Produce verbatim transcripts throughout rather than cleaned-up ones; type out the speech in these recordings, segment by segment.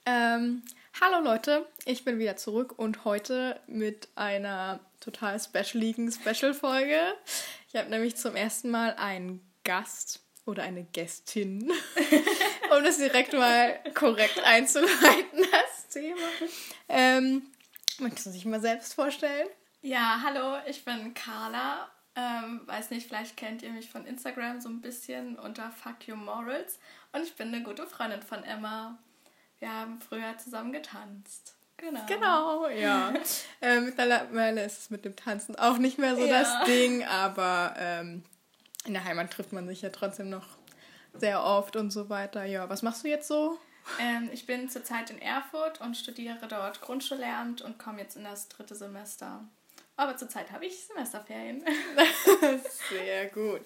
Ähm, hallo Leute, ich bin wieder zurück und heute mit einer total specialigen Special-Folge. Ich habe nämlich zum ersten Mal einen Gast oder eine Gästin, um das direkt mal korrekt einzuleiten, das Thema. Ähm, möchtest du dich mal selbst vorstellen? Ja, hallo, ich bin Carla. Ähm, weiß nicht, vielleicht kennt ihr mich von Instagram so ein bisschen unter Fuck You Morals. Und ich bin eine gute Freundin von Emma. Wir haben früher zusammen getanzt. Genau. Genau, ja. äh, mittlerweile ist es mit dem Tanzen auch nicht mehr so ja. das Ding, aber ähm, in der Heimat trifft man sich ja trotzdem noch sehr oft und so weiter. Ja, was machst du jetzt so? Ähm, ich bin zurzeit in Erfurt und studiere dort Grundschullehramt und komme jetzt in das dritte Semester. Aber zurzeit habe ich Semesterferien. Sehr gut.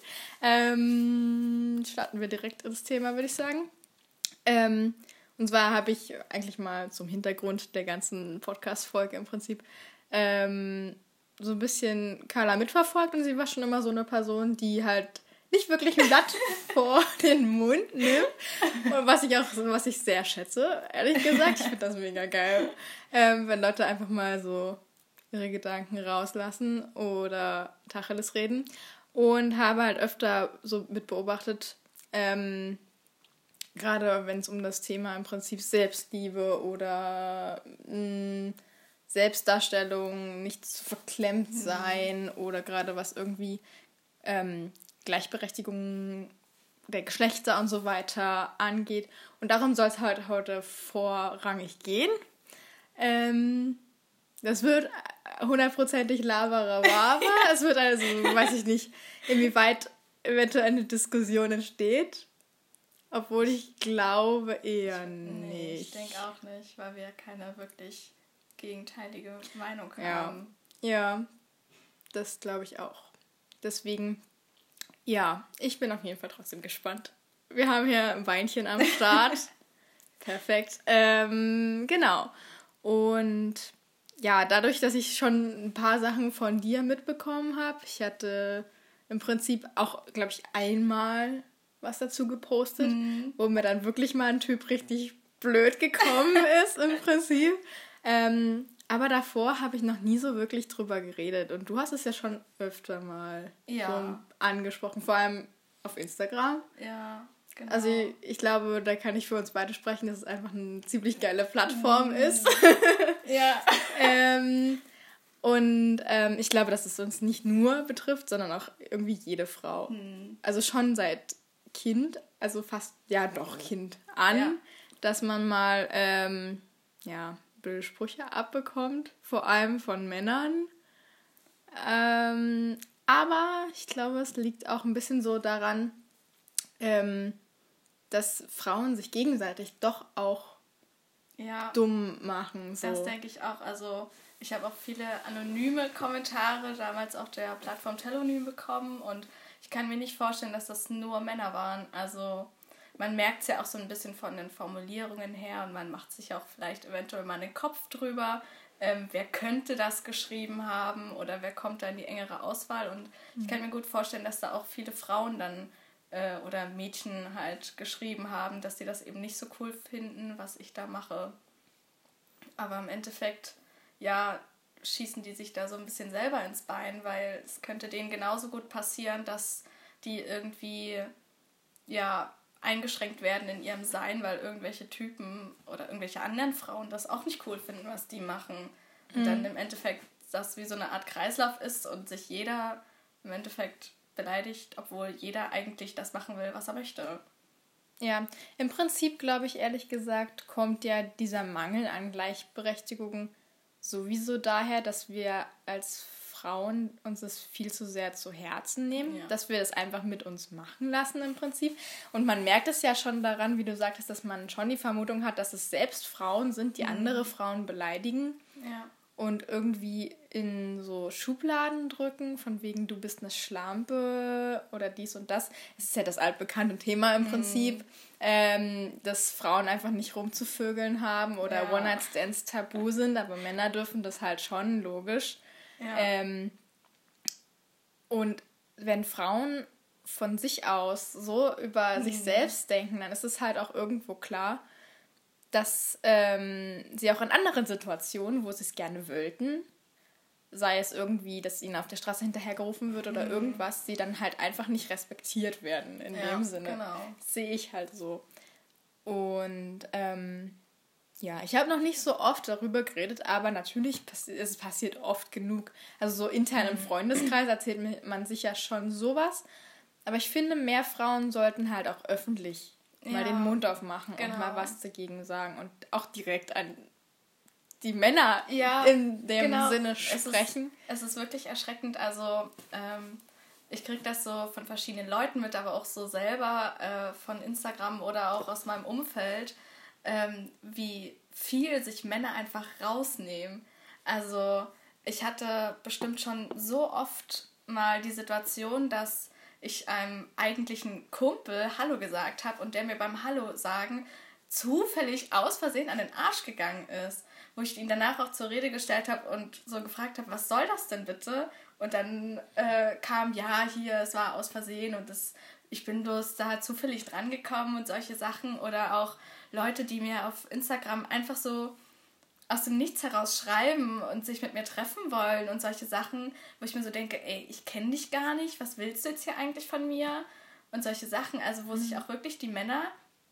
Ähm, starten wir direkt ins Thema, würde ich sagen. Ähm, und zwar habe ich eigentlich mal zum Hintergrund der ganzen Podcast-Folge im Prinzip ähm, so ein bisschen Carla mitverfolgt und sie war schon immer so eine Person, die halt nicht wirklich ein Blatt vor den Mund nimmt. Und was ich auch, was ich sehr schätze, ehrlich gesagt. Ich finde das mega geil, ähm, wenn Leute einfach mal so ihre Gedanken rauslassen oder Tacheles reden. Und habe halt öfter so mit beobachtet, ähm, gerade wenn es um das Thema im Prinzip Selbstliebe oder mh, Selbstdarstellung, nicht zu verklemmt sein mhm. oder gerade was irgendwie ähm, Gleichberechtigung der Geschlechter und so weiter angeht. Und darum soll es halt heute vorrangig gehen. Ähm, das wird hundertprozentig Laberababa. Es wird also, weiß ich nicht, inwieweit eventuell eine Diskussion entsteht. Obwohl ich glaube eher nicht. Nee, ich denke auch nicht, weil wir keine wirklich gegenteilige Meinung ja. haben. Ja, das glaube ich auch. Deswegen, ja, ich bin auf jeden Fall trotzdem gespannt. Wir haben hier ein Weinchen am Start. Perfekt. Ähm, genau. Und ja, dadurch, dass ich schon ein paar Sachen von dir mitbekommen habe, ich hatte im Prinzip auch, glaube ich, einmal was dazu gepostet, mhm. wo mir dann wirklich mal ein Typ richtig blöd gekommen ist im Prinzip. Ähm, aber davor habe ich noch nie so wirklich drüber geredet. Und du hast es ja schon öfter mal ja. so angesprochen, vor allem auf Instagram. Ja, genau. Also ich, ich glaube, da kann ich für uns beide sprechen, dass es einfach eine ziemlich geile Plattform mhm. ist. Ja. ähm, und ähm, ich glaube, dass es uns nicht nur betrifft, sondern auch irgendwie jede Frau. Mhm. Also schon seit Kind, also fast, ja doch, Kind an, ja. dass man mal, ähm, ja, blöde Sprüche abbekommt, vor allem von Männern. Ähm, aber ich glaube, es liegt auch ein bisschen so daran, ähm, dass Frauen sich gegenseitig doch auch ja, dumm machen. So. Das denke ich auch. Also ich habe auch viele anonyme Kommentare damals auf der Plattform Telonym bekommen und ich kann mir nicht vorstellen, dass das nur Männer waren. Also man merkt es ja auch so ein bisschen von den Formulierungen her und man macht sich auch vielleicht eventuell mal den Kopf drüber, ähm, wer könnte das geschrieben haben oder wer kommt da in die engere Auswahl. Und mhm. ich kann mir gut vorstellen, dass da auch viele Frauen dann äh, oder Mädchen halt geschrieben haben, dass sie das eben nicht so cool finden, was ich da mache. Aber im Endeffekt, ja, schießen die sich da so ein bisschen selber ins Bein, weil es könnte denen genauso gut passieren, dass die irgendwie ja eingeschränkt werden in ihrem Sein, weil irgendwelche Typen oder irgendwelche anderen Frauen das auch nicht cool finden, was die machen. Und mhm. dann im Endeffekt das wie so eine Art Kreislauf ist und sich jeder im Endeffekt beleidigt, obwohl jeder eigentlich das machen will, was er möchte. Ja, im Prinzip glaube ich ehrlich gesagt, kommt ja dieser Mangel an Gleichberechtigung sowieso daher, dass wir als Frauen uns das viel zu sehr zu Herzen nehmen, ja. dass wir das einfach mit uns machen lassen im Prinzip. Und man merkt es ja schon daran, wie du sagtest, dass man schon die Vermutung hat, dass es selbst Frauen sind, die mhm. andere Frauen beleidigen ja. und irgendwie in so Schubladen drücken, von wegen du bist eine Schlampe oder dies und das. Es ist ja das altbekannte Thema im mhm. Prinzip, ähm, dass Frauen einfach nicht rumzuvögeln haben oder ja. One-Night-Stands tabu sind, aber Männer dürfen das halt schon, logisch. Ja. Ähm, und wenn Frauen von sich aus so über mhm. sich selbst denken, dann ist es halt auch irgendwo klar, dass ähm, sie auch in anderen Situationen, wo sie es gerne wollten, sei es irgendwie, dass ihnen auf der Straße hinterhergerufen wird oder mhm. irgendwas, sie dann halt einfach nicht respektiert werden in ja, dem Sinne. Genau. Sehe ich halt so. Und ähm, ja, ich habe noch nicht so oft darüber geredet, aber natürlich passi- es passiert oft genug. Also so intern im Freundeskreis erzählt man sich ja schon sowas. Aber ich finde, mehr Frauen sollten halt auch öffentlich ja, mal den Mund aufmachen genau. und mal was dagegen sagen. Und auch direkt an die Männer ja, in dem genau. Sinne sprechen. Es ist, es ist wirklich erschreckend. Also ähm, ich kriege das so von verschiedenen Leuten mit, aber auch so selber äh, von Instagram oder auch aus meinem Umfeld, ähm, wie viel sich Männer einfach rausnehmen. Also ich hatte bestimmt schon so oft mal die Situation, dass ich einem eigentlichen Kumpel Hallo gesagt habe und der mir beim Hallo sagen zufällig aus Versehen an den Arsch gegangen ist. Wo ich ihn danach auch zur Rede gestellt habe und so gefragt habe, was soll das denn bitte? Und dann äh, kam, ja, hier, es war aus Versehen und das, ich bin bloß da zufällig dran gekommen und solche Sachen. Oder auch Leute, die mir auf Instagram einfach so aus dem Nichts heraus schreiben und sich mit mir treffen wollen und solche Sachen, wo ich mir so denke, ey, ich kenne dich gar nicht, was willst du jetzt hier eigentlich von mir? Und solche Sachen, also wo mhm. sich auch wirklich die Männer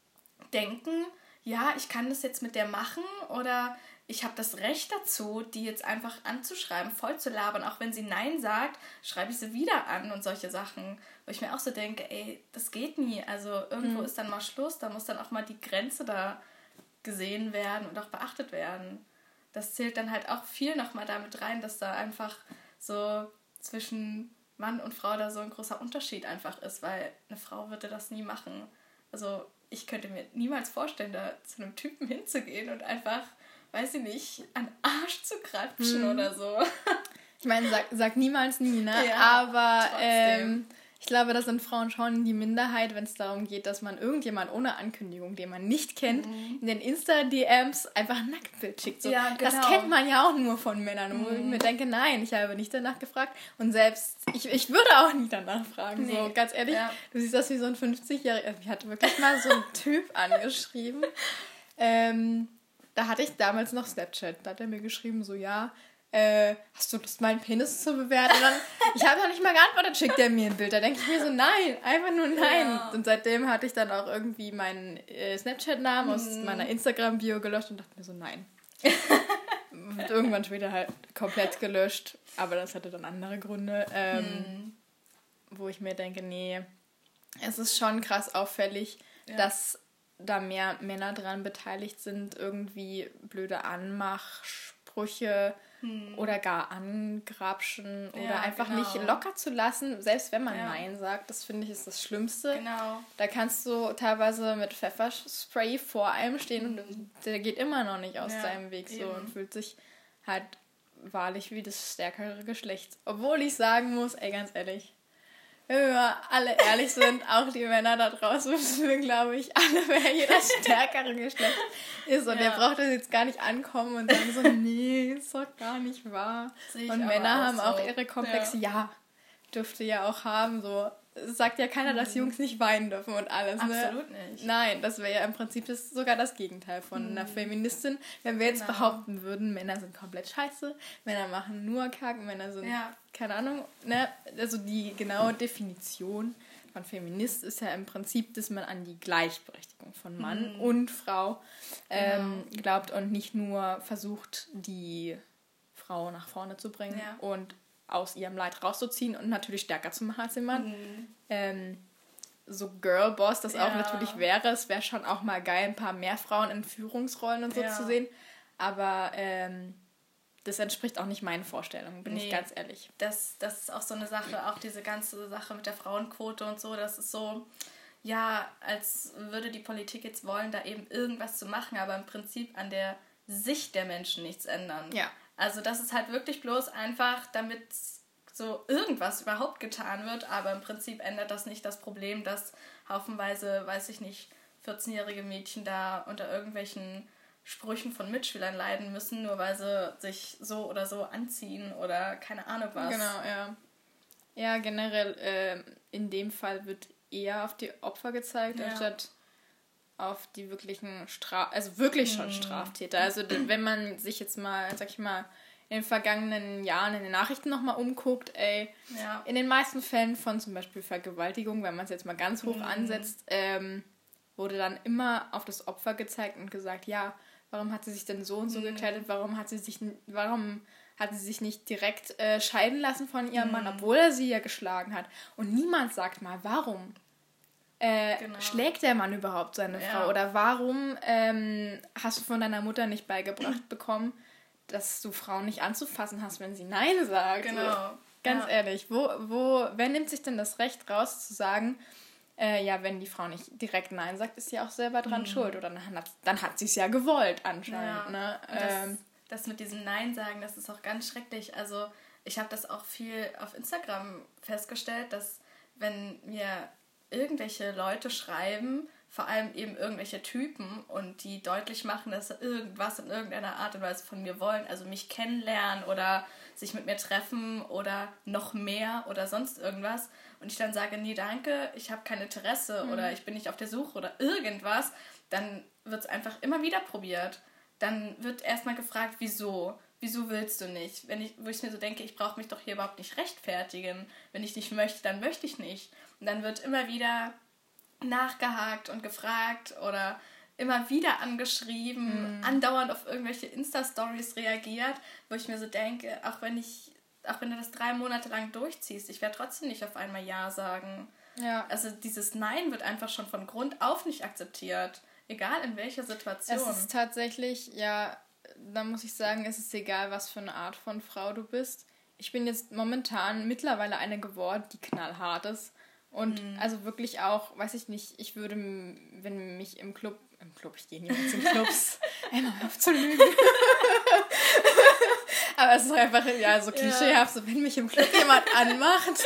denken, ja, ich kann das jetzt mit der machen oder ich habe das Recht dazu, die jetzt einfach anzuschreiben, voll zu labern. Auch wenn sie Nein sagt, schreibe ich sie wieder an und solche Sachen. Wo ich mir auch so denke, ey, das geht nie. Also irgendwo mhm. ist dann mal Schluss, da muss dann auch mal die Grenze da gesehen werden und auch beachtet werden. Das zählt dann halt auch viel nochmal damit rein, dass da einfach so zwischen Mann und Frau da so ein großer Unterschied einfach ist, weil eine Frau würde das nie machen. Also ich könnte mir niemals vorstellen, da zu einem Typen hinzugehen und einfach, weiß ich nicht, an den Arsch zu kratschen hm. oder so. Ich meine, sag, sag niemals nie, ne? Ja, aber ähm, ich glaube, das sind Frauen schon die Minderheit, wenn es darum geht, dass man irgendjemand ohne Ankündigung, den man nicht kennt, mhm. in den Insta-D Ms einfach ein Nacktbild schickt. So. Ja, genau. Das kennt man ja auch nur von Männern. Mhm. Wo ich mir denke, nein, ich habe nicht danach gefragt. Und selbst, ich, ich würde auch nicht danach fragen. Nee. So, ganz ehrlich, ja. Du siehst das wie so ein fünfzigjähriger. Ich hatte wirklich mal so einen Typ angeschrieben. Ähm, da hatte ich damals noch Snapchat. Da hat er mir geschrieben, so, ja, Äh, hast du Lust, meinen Penis zu bewerten? Und dann, ich habe noch nicht mal geantwortet, schickt er mir ein Bild. Da denke ich mir so, nein, einfach nur nein. Ja. Und seitdem hatte ich dann auch irgendwie meinen äh, Snapchat-Namen mhm. aus meiner Instagram-Bio gelöscht und dachte mir so, nein. Und irgendwann später halt komplett gelöscht, aber das hatte dann andere Gründe, ähm, mhm. wo ich mir denke, nee, es ist schon krass auffällig, ja. dass da mehr Männer dran beteiligt sind, irgendwie blöde Anmachsprüche hm. oder gar angrapschen ja, oder einfach genau. nicht locker zu lassen, selbst wenn man ja. Nein sagt. Das finde ich ist das Schlimmste. Genau. Da kannst du teilweise mit Pfefferspray vor einem stehen mhm. und der geht immer noch nicht aus ja, seinem Weg so eben. Und fühlt sich halt wahrlich wie das stärkere Geschlecht. Obwohl ich sagen muss, ey, ganz ehrlich, wenn wir mal alle ehrlich sind, auch die Männer da draußen wissen wir, glaube ich, alle, wer hier das stärkere Geschlecht ist. Und ja. der braucht das jetzt gar nicht ankommen und sagen so, nee, ist doch gar nicht wahr. Und Männer auch haben so. Auch ihre Komplexe. Ja. ja, dürfte ja auch haben. So. Es sagt ja keiner, mhm. dass Jungs nicht weinen dürfen und alles. Absolut ne? nicht. Nein, das wäre ja im Prinzip das sogar das Gegenteil von mhm. einer Feministin. Wenn wir jetzt genau. behaupten würden, Männer sind komplett scheiße, Männer machen nur Kack, Männer sind, ja. keine Ahnung, ne? Also die genaue Definition von Feminist ist ja im Prinzip, dass man an die Gleichberechtigung von Mann mhm. und Frau ähm, genau. glaubt und nicht nur versucht, die Frau nach vorne zu bringen ja. und aus ihrem Leid rauszuziehen und natürlich stärker zu machen als den Mann. Mhm. Ähm, so Girlboss das ja. auch natürlich wäre. Es wäre schon auch mal geil, ein paar mehr Frauen in Führungsrollen und so ja. zu sehen. Aber ähm, das entspricht auch nicht meinen Vorstellungen, bin nee, ich ganz ehrlich. Das, das ist auch so eine Sache, auch diese ganze Sache mit der Frauenquote und so, das ist so, ja, als würde die Politik jetzt wollen, da eben irgendwas zu machen, aber im Prinzip an der Sicht der Menschen nichts ändern. Ja. Also das ist halt wirklich bloß einfach, damit so irgendwas überhaupt getan wird, aber im Prinzip ändert das nicht das Problem, dass haufenweise, weiß ich nicht, vierzehnjährige Mädchen da unter irgendwelchen Sprüchen von Mitschülern leiden müssen, nur weil sie sich so oder so anziehen oder keine Ahnung was. Genau, ja. Ja, generell äh, in dem Fall wird eher auf die Opfer gezeigt, ja. anstatt auf die wirklichen Straf... Also wirklich schon Straftäter. Also wenn man sich jetzt mal, sag ich mal, in den vergangenen Jahren in den Nachrichten nochmal umguckt, ey, ja. in den meisten Fällen von zum Beispiel Vergewaltigung, wenn man es jetzt mal ganz hoch mhm. ansetzt, ähm, wurde dann immer auf das Opfer gezeigt und gesagt, ja, warum hat sie sich denn so und so mhm. gekleidet, warum hat sie sich, warum hat sie sich nicht direkt äh, scheiden lassen von ihrem mhm. Mann, obwohl er sie ja geschlagen hat. Und niemand sagt mal, warum äh, genau. schlägt der Mann überhaupt seine ja. Frau? Oder warum ähm, hast du von deiner Mutter nicht beigebracht bekommen, dass du Frauen nicht anzufassen hast, wenn sie Nein sagt? Genau. Ganz ja. ehrlich, wo, wo, wer nimmt sich denn das Recht raus zu sagen, äh, ja, wenn die Frau nicht direkt Nein sagt, ist sie auch selber dran mhm. schuld. Oder dann hat, dann hat sie es ja gewollt anscheinend. Ja. Ne? Ähm, das, das mit diesem Nein sagen, das ist auch ganz schrecklich. Also ich habe das auch viel auf Instagram festgestellt, dass wenn mir irgendwelche Leute schreiben, vor allem eben irgendwelche Typen und die deutlich machen, dass sie irgendwas in irgendeiner Art und Weise von mir wollen, also mich kennenlernen oder sich mit mir treffen oder noch mehr oder sonst irgendwas und ich dann sage, nee, danke, ich habe kein Interesse mhm. oder ich bin nicht auf der Suche oder irgendwas, dann wird es einfach immer wieder probiert. Dann wird erstmal gefragt, wieso? Wieso willst du nicht? Wenn ich, wo ich mir so denke, ich brauche mich doch hier überhaupt nicht rechtfertigen. Wenn ich nicht möchte, dann möchte ich nicht. Und dann wird immer wieder nachgehakt und gefragt oder immer wieder angeschrieben, mhm. andauernd auf irgendwelche Insta-Stories reagiert, wo ich mir so denke, auch wenn ich, auch wenn du das drei Monate lang durchziehst, ich werde trotzdem nicht auf einmal Ja sagen. Ja. Also dieses Nein wird einfach schon von Grund auf nicht akzeptiert. Egal in welcher Situation. Es ist tatsächlich, ja, da muss ich sagen, es ist egal, was für eine Art von Frau du bist. Ich bin jetzt momentan mittlerweile eine geworden, die knallhart ist. Und mhm. also wirklich auch, weiß ich nicht, ich würde, wenn mich im Club, im Club, ich gehe niemals in Clubs, immer auf zu lügen. Aber es ist einfach, ja, so klischeehaft, so wenn mich im Club jemand anmacht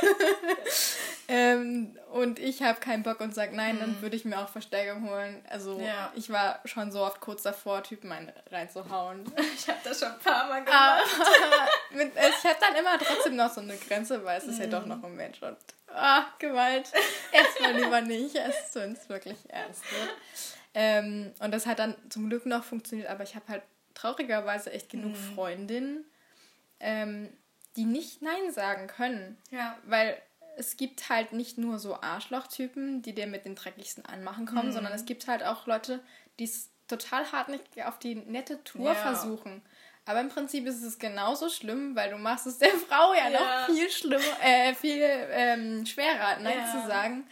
ähm, und ich habe keinen Bock und sage nein, mhm. dann würde ich mir auch Verstärkung holen. Also ja. ich war schon so oft kurz davor, Typen einen reinzuhauen. Ich habe das schon ein paar Mal gemacht. mit, ich habe dann immer trotzdem noch so eine Grenze, weil es ist mhm. ja doch noch ein Mensch und ah, Gewalt, erstmal lieber nicht, erst wenn es wirklich ernst wird. Ähm, und das hat dann zum Glück noch funktioniert, aber ich habe halt traurigerweise echt genug mhm. Freundinnen, ähm, die nicht Nein sagen können. Ja. Weil es gibt halt nicht nur so Arschlochtypen, die dir mit den dreckigsten Anmachen kommen, mhm. sondern es gibt halt auch Leute, die es total hartnäckig auf die nette Tour ja. versuchen. Aber im Prinzip ist es genauso schlimm, weil du machst es der Frau ja, ja. noch viel schlimmer, äh, viel ähm, schwerer, Nein ja. zu sagen.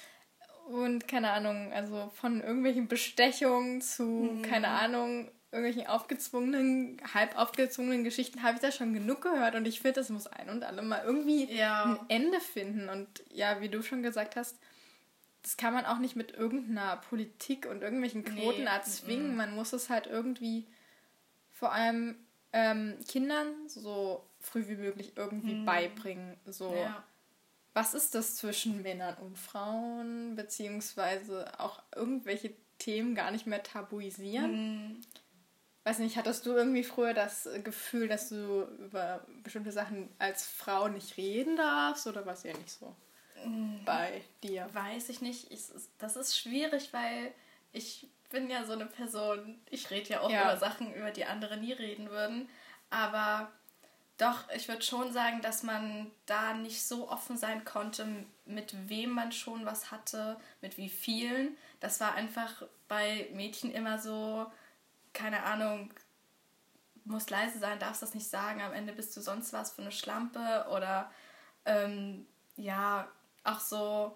Und keine Ahnung, also von irgendwelchen Bestechungen zu, mhm. keine Ahnung, irgendwelchen aufgezwungenen, halb aufgezwungenen Geschichten habe ich da schon genug gehört. Und ich finde, das muss ein und alle mal irgendwie ja. ein Ende finden. Und ja, wie du schon gesagt hast, das kann man auch nicht mit irgendeiner Politik und irgendwelchen Quoten nee. erzwingen. Mhm. Man muss es halt irgendwie vor allem ähm, Kindern so früh wie möglich irgendwie mhm. beibringen. So, ja. was ist das zwischen Männern und Frauen? Beziehungsweise auch irgendwelche Themen gar nicht mehr tabuisieren. Mhm. Weiß nicht, hattest du irgendwie früher das Gefühl, dass du über bestimmte Sachen als Frau nicht reden darfst? Oder war es ja nicht so mhm. bei dir? Weiß ich nicht. Ich, das ist schwierig, weil ich bin ja so eine Person, ich rede ja auch ja. über Sachen, über die andere nie reden würden. Aber doch, ich würde schon sagen, dass man da nicht so offen sein konnte, mit wem man schon was hatte, mit wie vielen. Das war einfach bei Mädchen immer so, keine Ahnung, musst leise sein, darfst das nicht sagen, am Ende bist du sonst was für eine Schlampe oder ähm, ja, auch so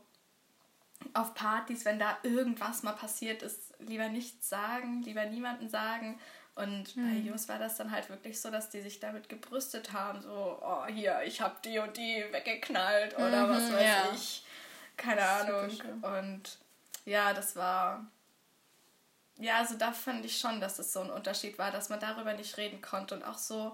auf Partys, wenn da irgendwas mal passiert ist, lieber nichts sagen, lieber niemanden sagen. Und mhm. bei Jungs war das dann halt wirklich so, dass die sich damit gebrüstet haben, so, oh, hier, ich hab die und die weggeknallt oder mhm, was weiß ja. ich, keine Ahnung. Und ja, das war, ja, also da fand ich schon, dass es so ein Unterschied war, dass man darüber nicht reden konnte und auch so,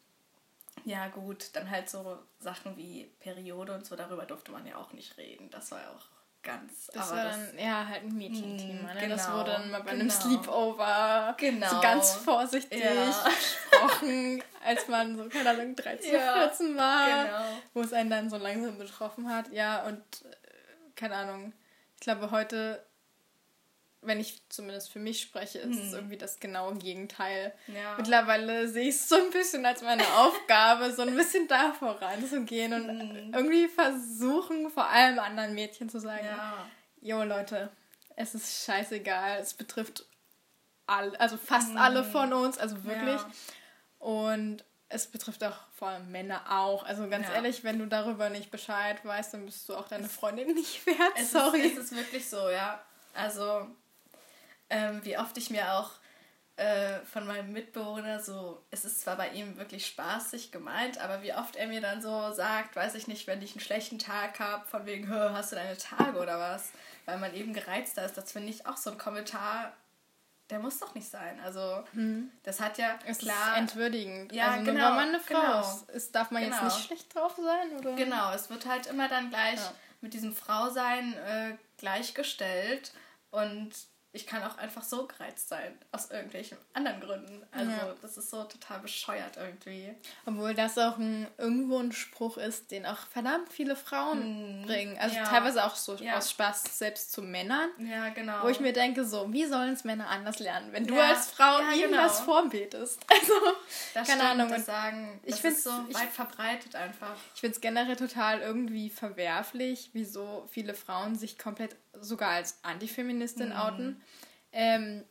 ja gut, dann halt so Sachen wie Periode und so, darüber durfte man ja auch nicht reden, das war ja auch ganz... Das aber war das, dann ja halt ein Mädchenthema, ne? Genau, Das wurde dann mal bei genau. einem Sleepover genau. so ganz vorsichtig ja. gesprochen, als man so, keine Ahnung, dreizehn, ja. vierzehn war, genau. wo es einen dann so langsam betroffen hat. Ja, und äh, keine Ahnung, ich glaube heute wenn ich zumindest für mich spreche, ist hm. es irgendwie das genaue Gegenteil. Ja. Mittlerweile sehe ich es so ein bisschen als meine Aufgabe, so ein bisschen da voranzugehen und hm. irgendwie versuchen, vor allem anderen Mädchen zu sagen, ja. jo Leute, es ist scheißegal, es betrifft alle, also fast hm. alle von uns, also wirklich. Ja. Und es betrifft auch vor allem Männer auch. Also ganz ja. ehrlich, wenn du darüber nicht Bescheid weißt, dann bist du auch deine Freundin nicht wert. Es Sorry. Ist, es ist wirklich so, ja. Also, ähm, wie oft ich mir auch äh, von meinem Mitbewohner so, es ist zwar bei ihm wirklich spaßig gemeint, aber wie oft er mir dann so sagt, weiß ich nicht, wenn ich einen schlechten Tag habe, von wegen, hast du deine Tage oder was? Weil man eben gereizter ist. Das finde ich auch so ein Kommentar, der muss doch nicht sein. Also, hm. das hat ja, es klar... ist entwürdigend. Ja, also, genau. Nur weil man eine Frau genau. ist, ist, darf man genau. jetzt nicht schlecht drauf sein, oder? Genau, es wird halt immer dann gleich ja. mit diesem Frausein äh, gleichgestellt und ich kann auch einfach so gereizt sein, aus irgendwelchen anderen Gründen. Also ja. das ist so total bescheuert irgendwie. Obwohl das auch ein, irgendwo ein Spruch ist, den auch verdammt viele Frauen hm. bringen. Also ja. teilweise auch so ja. aus Spaß selbst zu Männern. Ja, genau. Wo ich mir denke, so, wie sollen es Männer anders lernen, wenn du ja. als Frau ja, ihnen genau. das vorbetest? Also, das keine stimmt, Ahnung. Das sagen, das ich ist so ich, weit verbreitet einfach. Ich finde es generell total irgendwie verwerflich, wieso viele Frauen sich komplett sogar als Antifeministin hm. outen. Ähm,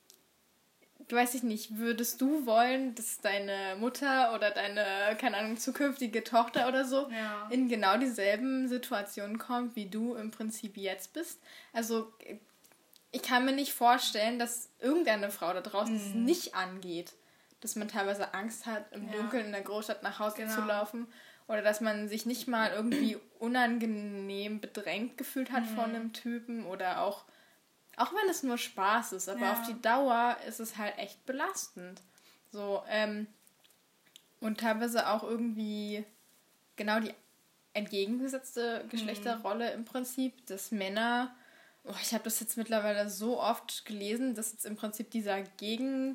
weiß ich nicht, würdest du wollen, dass deine Mutter oder deine, keine Ahnung, zukünftige Tochter oder so ja. in genau dieselben Situationen kommt, wie du im Prinzip jetzt bist? Also, ich kann mir nicht vorstellen, dass irgendeine Frau da draußen es mhm. nicht angeht, dass man teilweise Angst hat, im ja. Dunkeln in der Großstadt nach Hause genau. zu laufen oder dass man sich nicht mal irgendwie unangenehm bedrängt gefühlt hat mhm. von einem Typen oder auch Auch wenn es nur Spaß ist, aber ja. auf die Dauer ist es halt echt belastend. So, ähm, und teilweise auch irgendwie genau die entgegengesetzte Geschlechterrolle mhm. im Prinzip, dass Männer, oh, ich habe das jetzt mittlerweile so oft gelesen, dass jetzt im Prinzip dieser Gegen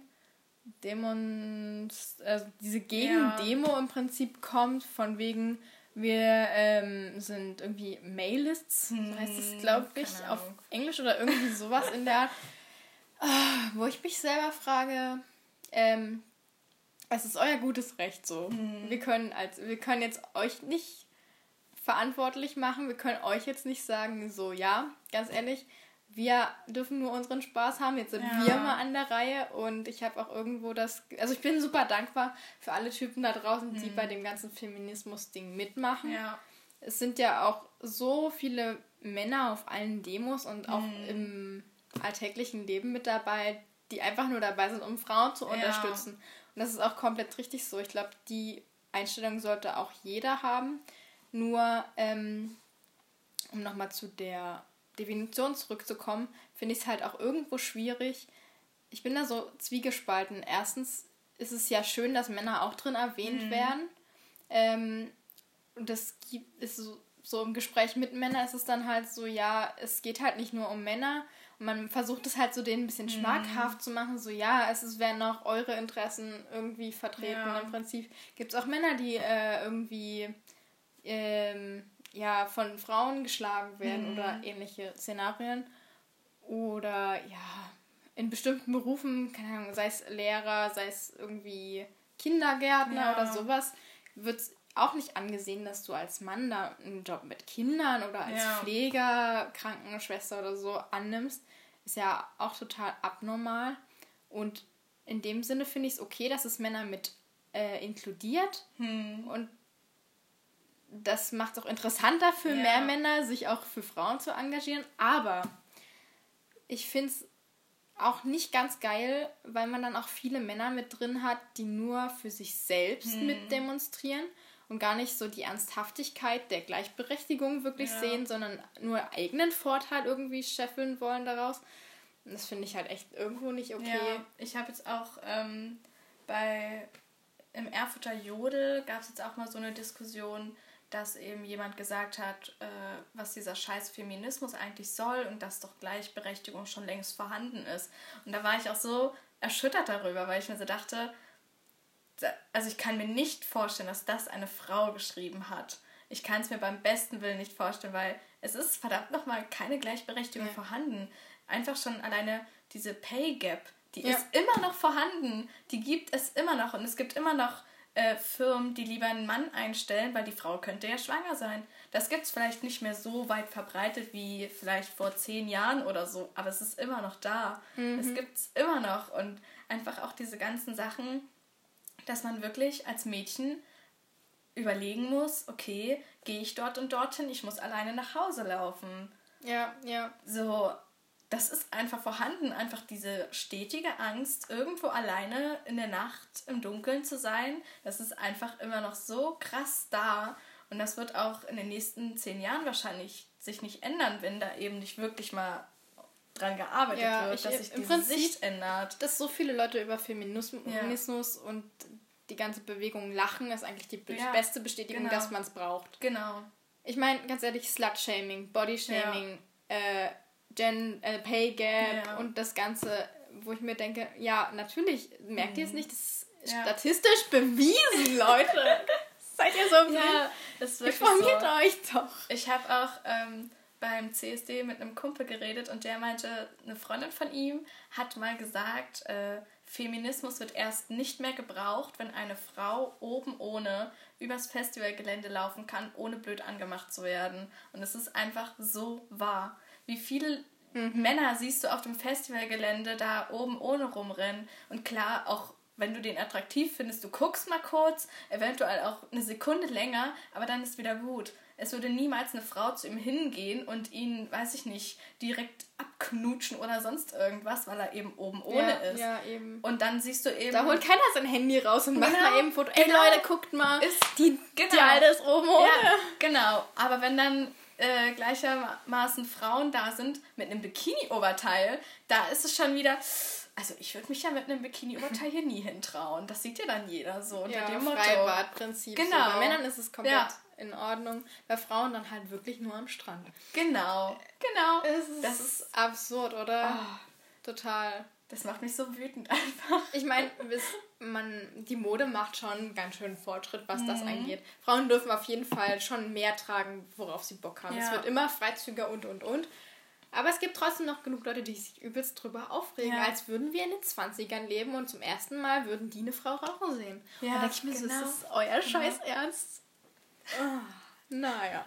Demonst, also diese Gegendemo ja. im Prinzip kommt, von wegen wir ähm, sind irgendwie Mailists, hm, heißt es, glaube ich, auf Englisch oder irgendwie sowas in der Art. Oh, wo ich mich selber frage, ähm, es ist euer gutes Recht so. Hm. Wir können als, wir können jetzt euch nicht verantwortlich machen, wir können euch jetzt nicht sagen, so ja, ganz ehrlich, wir dürfen nur unseren Spaß haben, jetzt sind ja. wir mal an der Reihe und ich habe auch irgendwo das, also ich bin super dankbar für alle Typen da draußen, die mhm. bei dem ganzen Feminismus-Ding mitmachen. Ja. Es sind ja auch so viele Männer auf allen Demos und auch mhm. im alltäglichen Leben mit dabei, die einfach nur dabei sind, um Frauen zu unterstützen. Ja. Und das ist auch komplett richtig so. Ich glaube, die Einstellung sollte auch jeder haben. Nur, ähm, um nochmal zu der Definition zurückzukommen, finde ich es halt auch irgendwo schwierig. Ich bin da so zwiegespalten. Erstens ist es ja schön, dass Männer auch drin erwähnt mhm. werden. Ähm, und das gibt, ist so, so im Gespräch mit Männern ist es dann halt so, ja, es geht halt nicht nur um Männer. Und man versucht es halt so denen ein bisschen schmackhaft mhm. zu machen. So, ja, es ist, werden auch eure Interessen irgendwie vertreten. Ja. Im Prinzip gibt es auch Männer, die äh, irgendwie ähm, ja, von Frauen geschlagen werden mhm. oder ähnliche Szenarien. Oder ja, in bestimmten Berufen, keine Ahnung, sei es Lehrer, sei es irgendwie Kindergärtner ja. oder sowas, wird es auch nicht angesehen, dass du als Mann da einen Job mit Kindern oder als ja. Pfleger, Krankenschwester oder so annimmst. Ist ja auch total abnormal. Und in dem Sinne finde ich es okay, dass es Männer mit äh, inkludiert. Hm. Und das macht es auch interessanter für ja. mehr Männer, sich auch für Frauen zu engagieren. Aber ich finde es auch nicht ganz geil, weil man dann auch viele Männer mit drin hat, die nur für sich selbst hm. mit demonstrieren und gar nicht so die Ernsthaftigkeit der Gleichberechtigung wirklich ja. sehen, sondern nur eigenen Vorteil irgendwie scheffeln wollen daraus. Und das finde ich halt echt irgendwo nicht okay. Ja, ich habe jetzt auch ähm, bei im Erfurter Jodel gab es jetzt auch mal so eine Diskussion, dass eben jemand gesagt hat, äh, was dieser scheiß Feminismus eigentlich soll und dass doch Gleichberechtigung schon längst vorhanden ist. Und da war ich auch so erschüttert darüber, weil ich mir so dachte, also ich kann mir nicht vorstellen, dass das eine Frau geschrieben hat. Ich kann es mir beim besten Willen nicht vorstellen, weil es ist verdammt nochmal keine Gleichberechtigung ja. vorhanden. einfach schon alleine diese Pay Gap, die Ja. ist immer noch vorhanden. Die gibt es immer noch. Und es gibt immer noch äh, Firmen, die lieber einen Mann einstellen, weil die Frau könnte ja schwanger sein. Das gibt es vielleicht nicht mehr so weit verbreitet wie vielleicht vor zehn Jahren oder so, aber es ist immer noch da. Mhm. Es gibt es immer noch. Und einfach auch diese ganzen Sachen, dass man wirklich als Mädchen überlegen muss, okay, gehe ich dort und dorthin, ich muss alleine nach Hause laufen. Ja, ja. So, das ist einfach vorhanden, einfach diese stetige Angst, irgendwo alleine in der Nacht im Dunkeln zu sein. Das ist einfach immer noch so krass da. Und das wird auch in den nächsten zehn Jahren wahrscheinlich sich nicht ändern, wenn da eben nicht wirklich mal dran gearbeitet Ja, wird, ich- dass sich im die Prinzip- Sicht ändert. Dass so viele Leute über Feminismus Ja. Feminismus und die ganze Bewegung lachen, ist eigentlich die be- Ja, beste Bestätigung, genau. dass man es braucht. Genau. Ich meine, ganz ehrlich, Slut-Shaming, Body-Shaming, äh, Gen, äh, Pay Gap Ja. und das Ganze, wo ich mir denke, ja, natürlich, merkt ihr es nicht? Das ist Ja. statistisch bewiesen, Leute. Seid ihr so blind? Ja, das ist wirklich Informiert so. euch doch. Ich habe auch ähm, beim C S D mit einem Kumpel geredet und der meinte, eine Freundin von ihm hat mal gesagt, äh, Feminismus wird erst nicht mehr gebraucht, wenn eine Frau oben ohne übers Festivalgelände laufen kann, ohne blöd angemacht zu werden. Und es ist einfach so wahr. Wie viele Männer siehst du auf dem Festivalgelände da oben ohne rumrennen? Und klar, auch wenn du den attraktiv findest, du guckst mal kurz, eventuell auch eine Sekunde länger, aber dann ist wieder gut. Es würde niemals eine Frau zu ihm hingehen und ihn, weiß ich nicht, direkt abknutschen oder sonst irgendwas, weil er eben oben ohne ja, ist. Ja, eben. Und dann siehst du eben... Da holt keiner sein Handy raus und macht Genau, mal eben ein Foto. Ey genau. Leute, guckt mal, Ist- die, genau. die Alte ist oben ohne. Ja, genau. Aber wenn dann äh, gleichermaßen Frauen da sind mit einem Bikini-Oberteil, da ist es schon wieder... Also ich würde mich ja mit einem Bikini-Oberteil hier nie hintrauen. Das sieht ja dann jeder so unter Ja, dem Motto. Freibadprinzip. Genau. So. Bei Männern ist es komplett Ja. in Ordnung. Bei Frauen dann halt wirklich nur am Strand. Genau, genau. Es ist das, ist, absurd, oder? Oh. Total. das macht mich so wütend einfach. Ich meine, man, die Mode macht schon einen ganz schönen Fortschritt, was das Mhm. angeht. Frauen dürfen auf jeden Fall schon mehr tragen, worauf sie Bock haben. Ja. Es wird immer freizügiger und, und, und. Aber es gibt trotzdem noch genug Leute, die sich übelst drüber aufregen, Ja. als würden wir in den zwanzigern leben und zum ersten Mal würden die eine Frau rauchen sehen. Ja, da denke ich mir so, genau. ist das euer Scheiß Ernst? Ah, naja.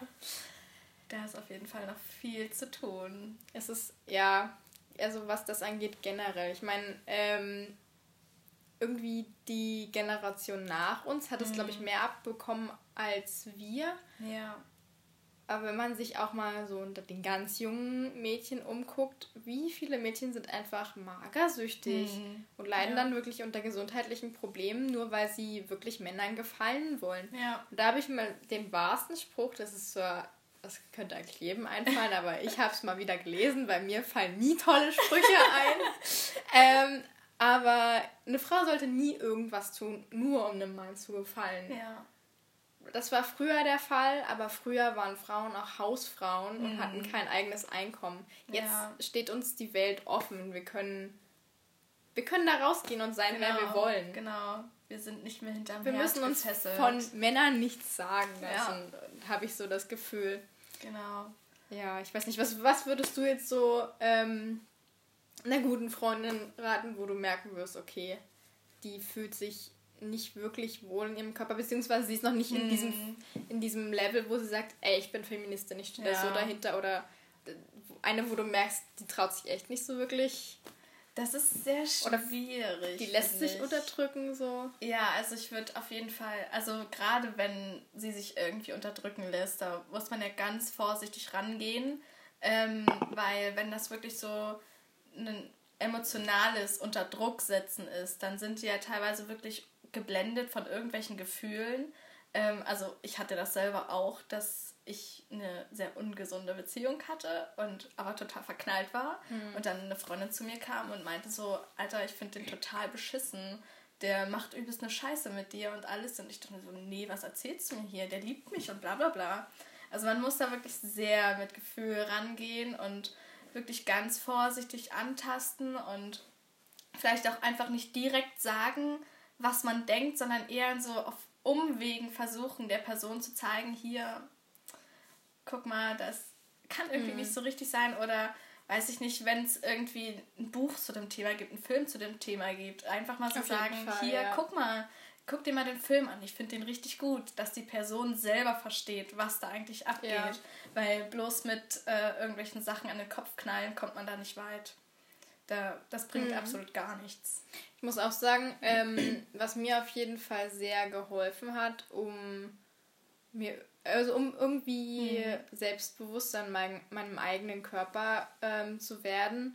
Da ist auf jeden Fall noch viel zu tun. Es ist, ja, also was das angeht generell. Ich meine, ähm, irgendwie die Generation nach uns hat es, glaube ich, mehr abbekommen als wir. Ja. Aber wenn man sich auch mal so unter den ganz jungen Mädchen umguckt, wie viele Mädchen sind einfach magersüchtig Mhm. und leiden Ja. dann wirklich unter gesundheitlichen Problemen, nur weil sie wirklich Männern gefallen wollen. Ja. Und da habe ich mal den wahrsten Spruch, das ist zwar, das könnte eigentlich jedem einfallen, aber ich habe es mal wieder gelesen, bei mir fallen nie tolle Sprüche ein. ähm, aber eine Frau sollte nie irgendwas tun, nur um einem Mann zu gefallen. Ja. Das war früher der Fall, aber früher waren Frauen auch Hausfrauen und Mhm. hatten kein eigenes Einkommen. Jetzt Ja. steht uns die Welt offen. Wir können, wir können da rausgehen und sein, wer wir Genau, wollen. Genau. Wir sind nicht mehr hinterm Wir Herd müssen uns gefesselt. von Männern nichts sagen Ja. lassen, habe ich so das Gefühl. Genau. Ja, ich weiß nicht, was, was würdest du jetzt so ähm, einer guten Freundin raten, wo du merken wirst, okay, die fühlt sich nicht wirklich wohl in ihrem Körper, beziehungsweise sie ist noch nicht in, Mhm. diesem, in diesem Level, wo sie sagt, ey, ich bin Feministin, ich stehe da Ja. so dahinter, oder eine, wo du merkst, die traut sich echt nicht so wirklich, Das ist sehr Oder schwierig. die lässt finde sich ich. unterdrücken, so. Ja, also ich würde auf jeden Fall, also gerade wenn sie sich irgendwie unterdrücken lässt, da muss man ja ganz vorsichtig rangehen, ähm, weil wenn das wirklich so ein emotionales Unterdrucksetzen ist, dann sind die ja teilweise wirklich geblendet von irgendwelchen Gefühlen. Ähm, also ich hatte das selber auch, dass ich eine sehr ungesunde Beziehung hatte und aber total verknallt war. Hm. Und dann eine Freundin zu mir kam und meinte so, Alter, ich finde den total beschissen. Der macht übelst eine Scheiße mit dir und alles. Und ich dachte mir so, nee, was erzählst du mir hier? Der liebt mich und bla bla bla. Also man muss da wirklich sehr mit Gefühl rangehen und wirklich ganz vorsichtig antasten und vielleicht auch einfach nicht direkt sagen, was man denkt, sondern eher so auf Umwegen versuchen, der Person zu zeigen, hier, guck mal, das kann irgendwie Mhm. nicht so richtig sein oder weiß ich nicht, wenn es irgendwie ein Buch zu dem Thema gibt, einen Film zu dem Thema gibt, einfach mal so Auf jeden sagen, Fall, hier, ja. guck mal, guck dir mal den Film an, ich finde den richtig gut, dass die Person selber versteht, was da eigentlich abgeht, Ja. weil bloß mit äh, irgendwelchen Sachen an den Kopf knallen kommt man da nicht weit. Da, das bringt Mhm. absolut gar nichts. Ich muss auch sagen, ähm, was mir auf jeden Fall sehr geholfen hat, um mir, also um irgendwie Mhm. selbstbewusst an mein, meinem eigenen Körper ähm, zu werden.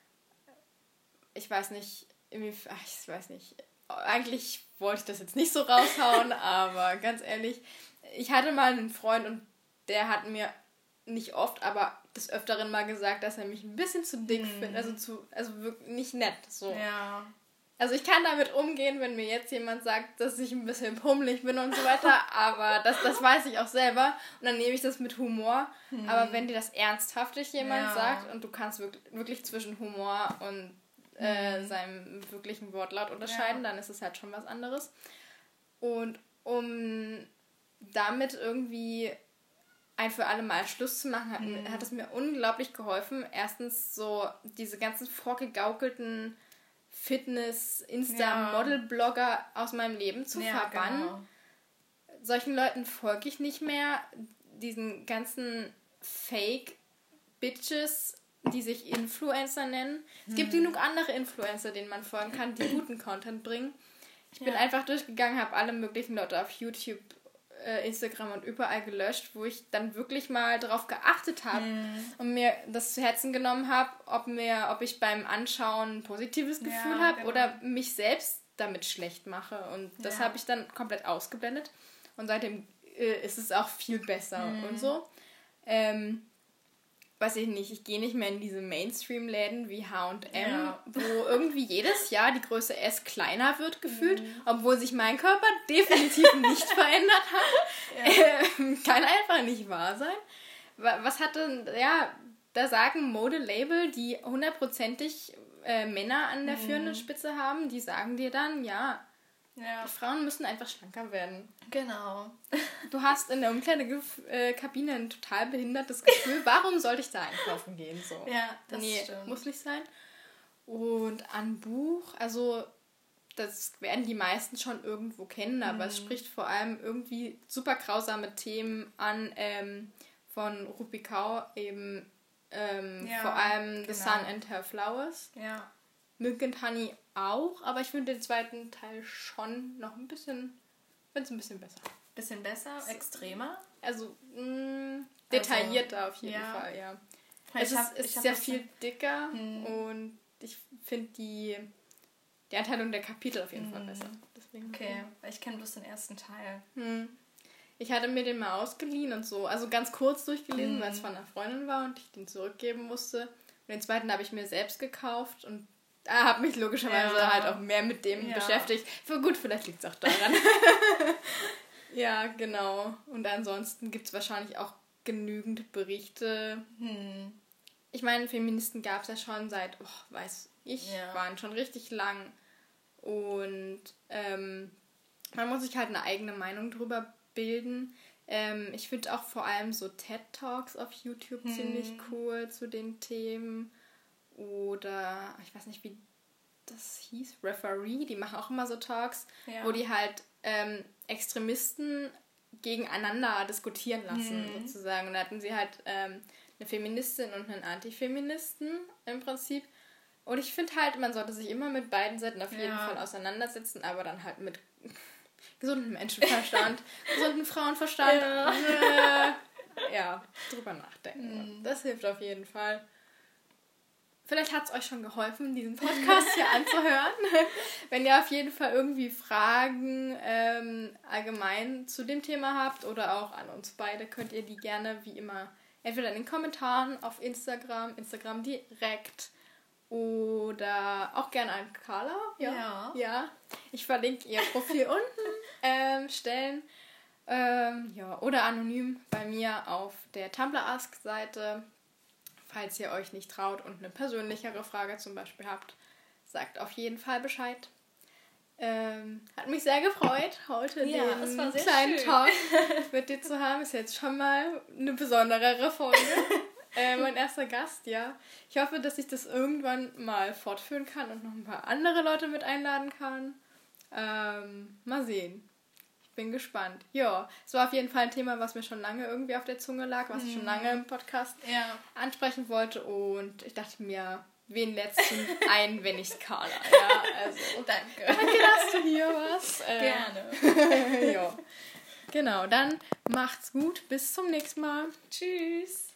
Ich weiß nicht, irgendwie- ach, ich weiß nicht, eigentlich wollte ich das jetzt nicht so raushauen, aber ganz ehrlich, ich hatte mal einen Freund und der hat mir nicht oft, aber des Öfteren mal gesagt, dass er mich ein bisschen zu dick Mhm. findet, also zu, also wirklich nicht nett, so. Ja. Also ich kann damit umgehen, wenn mir jetzt jemand sagt, dass ich ein bisschen pummelig bin und so weiter, aber das, das weiß ich auch selber und dann nehme ich das mit Humor. Hm. Aber wenn dir das ernsthaftig jemand Ja. sagt und du kannst wirklich, wirklich zwischen Humor und äh, Hm. seinem wirklichen Wortlaut unterscheiden, Ja. dann ist es halt schon was anderes. Und um damit irgendwie ein für alle Mal Schluss zu machen, hat, Hm. hat es mir unglaublich geholfen. Erstens so diese ganzen vorgegaukelten Fitness-, Insta-Model-Blogger aus meinem Leben zu Ja, verbannen. genau. Solchen Leuten folge ich nicht mehr. Diesen ganzen Fake-Bitches, die sich Influencer nennen. Es gibt Hm. genug andere Influencer, denen man folgen kann, die guten Content bringen. Ich bin Ja. einfach durchgegangen, habe alle möglichen Leute auf YouTube, äh, Instagram und überall gelöscht, wo ich dann wirklich mal darauf geachtet habe Hm. und mir das zu Herzen genommen habe, ob mir, ob ich beim Anschauen ein positives Ja, Gefühl habe genau. oder mich selbst damit schlecht mache. Und das Ja. habe ich dann komplett ausgeblendet. Und seitdem äh, ist es auch viel besser Mhm. und so. Ähm, weiß ich nicht, ich gehe nicht mehr in diese Mainstream-Läden wie H und M, Ja. wo irgendwie jedes Jahr die Größe S kleiner wird gefühlt, Mhm. obwohl sich mein Körper definitiv nicht verändert hat. Ähm, kann einfach nicht wahr sein. Wa- Was hat denn, ja, da sagen Modelabel, die hundertprozentig äh, Männer an der Mhm. führenden Spitze haben, die sagen dir dann, ja, Ja, die Frauen müssen einfach schlanker werden. genau. Du hast in der Umkleidekabine ein total behindertes Gefühl. Warum sollte ich da einkaufen gehen? So. Ja, das nee, stimmt. muss nicht sein. Und an Buch, also das werden die meisten schon irgendwo kennen, aber es Mhm. spricht vor allem irgendwie super grausame Themen an, ähm, von Rupi Kaur, eben ähm, Ja, vor allem The genau. Sun and Her Flowers. Ja. Milk and Honey auch, aber ich finde den zweiten Teil schon noch ein bisschen, finde es ein bisschen besser. Bisschen besser, extremer. Also mh, detaillierter auf jeden ja. Fall, ja. Ich Es ist, hab- es ich ist hab sehr das viel dann- dicker Hm. und ich finde die, die Einteilung der Kapitel auf jeden Fall Hm. besser. Deswegen, Okay, weil ich kenne bloß den ersten Teil. Hm. Ich hatte mir den mal ausgeliehen und so, also ganz kurz durchgelesen, Hm. weil es von einer Freundin war und ich den zurückgeben musste. Und den zweiten habe ich mir selbst gekauft und da habe mich logischerweise Ja. halt auch mehr mit dem Ja. beschäftigt. Für gut, vielleicht liegt es auch daran. Ja, genau. Und ansonsten gibt es wahrscheinlich auch genügend Berichte. Hm. Ich meine, Feministen gab es ja schon seit, oh, weiß ich, Ja. waren schon richtig lang. Und ähm, man muss sich halt eine eigene Meinung drüber bilden. Ähm, ich finde auch vor allem so TED-Talks auf YouTube Hm. ziemlich cool zu den Themen. Oder, ich weiß nicht, wie das hieß, Referee, die machen auch immer so Talks, Ja. wo die halt ähm, Extremisten gegeneinander diskutieren lassen, Mhm. sozusagen. Und da hatten sie halt ähm, eine Feministin und einen Antifeministen im Prinzip. Und ich finde halt, man sollte sich immer mit beiden Seiten auf jeden Ja. Fall auseinandersetzen, aber dann halt mit gesundem Menschenverstand, gesunden Frauenverstand. Ja. Äh, ja, drüber nachdenken. Mhm. Das hilft auf jeden Fall. Vielleicht hat es euch schon geholfen, diesen Podcast hier anzuhören. Wenn ihr auf jeden Fall irgendwie Fragen ähm, allgemein zu dem Thema habt oder auch an uns beide, könnt ihr die gerne wie immer entweder in den Kommentaren auf Instagram, Instagram direkt oder auch gerne an Carla. Ja. Ja. Ich verlinke ihr Profil unten ähm, stellen. Ähm, ja, oder anonym bei mir auf der Tumblr Ask-Seite. Falls ihr euch nicht traut und eine persönlichere Frage zum Beispiel habt, sagt auf jeden Fall Bescheid. Ähm, hat mich sehr gefreut, heute Ja, den es war sehr kleinen schön. Talk mit dir zu haben. Ist jetzt schon mal eine besonderere Folge. äh, mein erster Gast, ja. Ich hoffe, dass ich das irgendwann mal fortführen kann und noch ein paar andere Leute mit einladen kann. Ähm, mal sehen. Ich bin gespannt. Ja, es war auf jeden Fall ein Thema, was mir schon lange irgendwie auf der Zunge lag, was ich schon lange im Podcast ja. ansprechen wollte. Und ich dachte mir, wen lädst du ein, wenn nicht Carla? Ja, also danke. Danke, dass du hier warst. Äh, Gerne. ja. Genau, dann macht's gut. Bis zum nächsten Mal. Tschüss.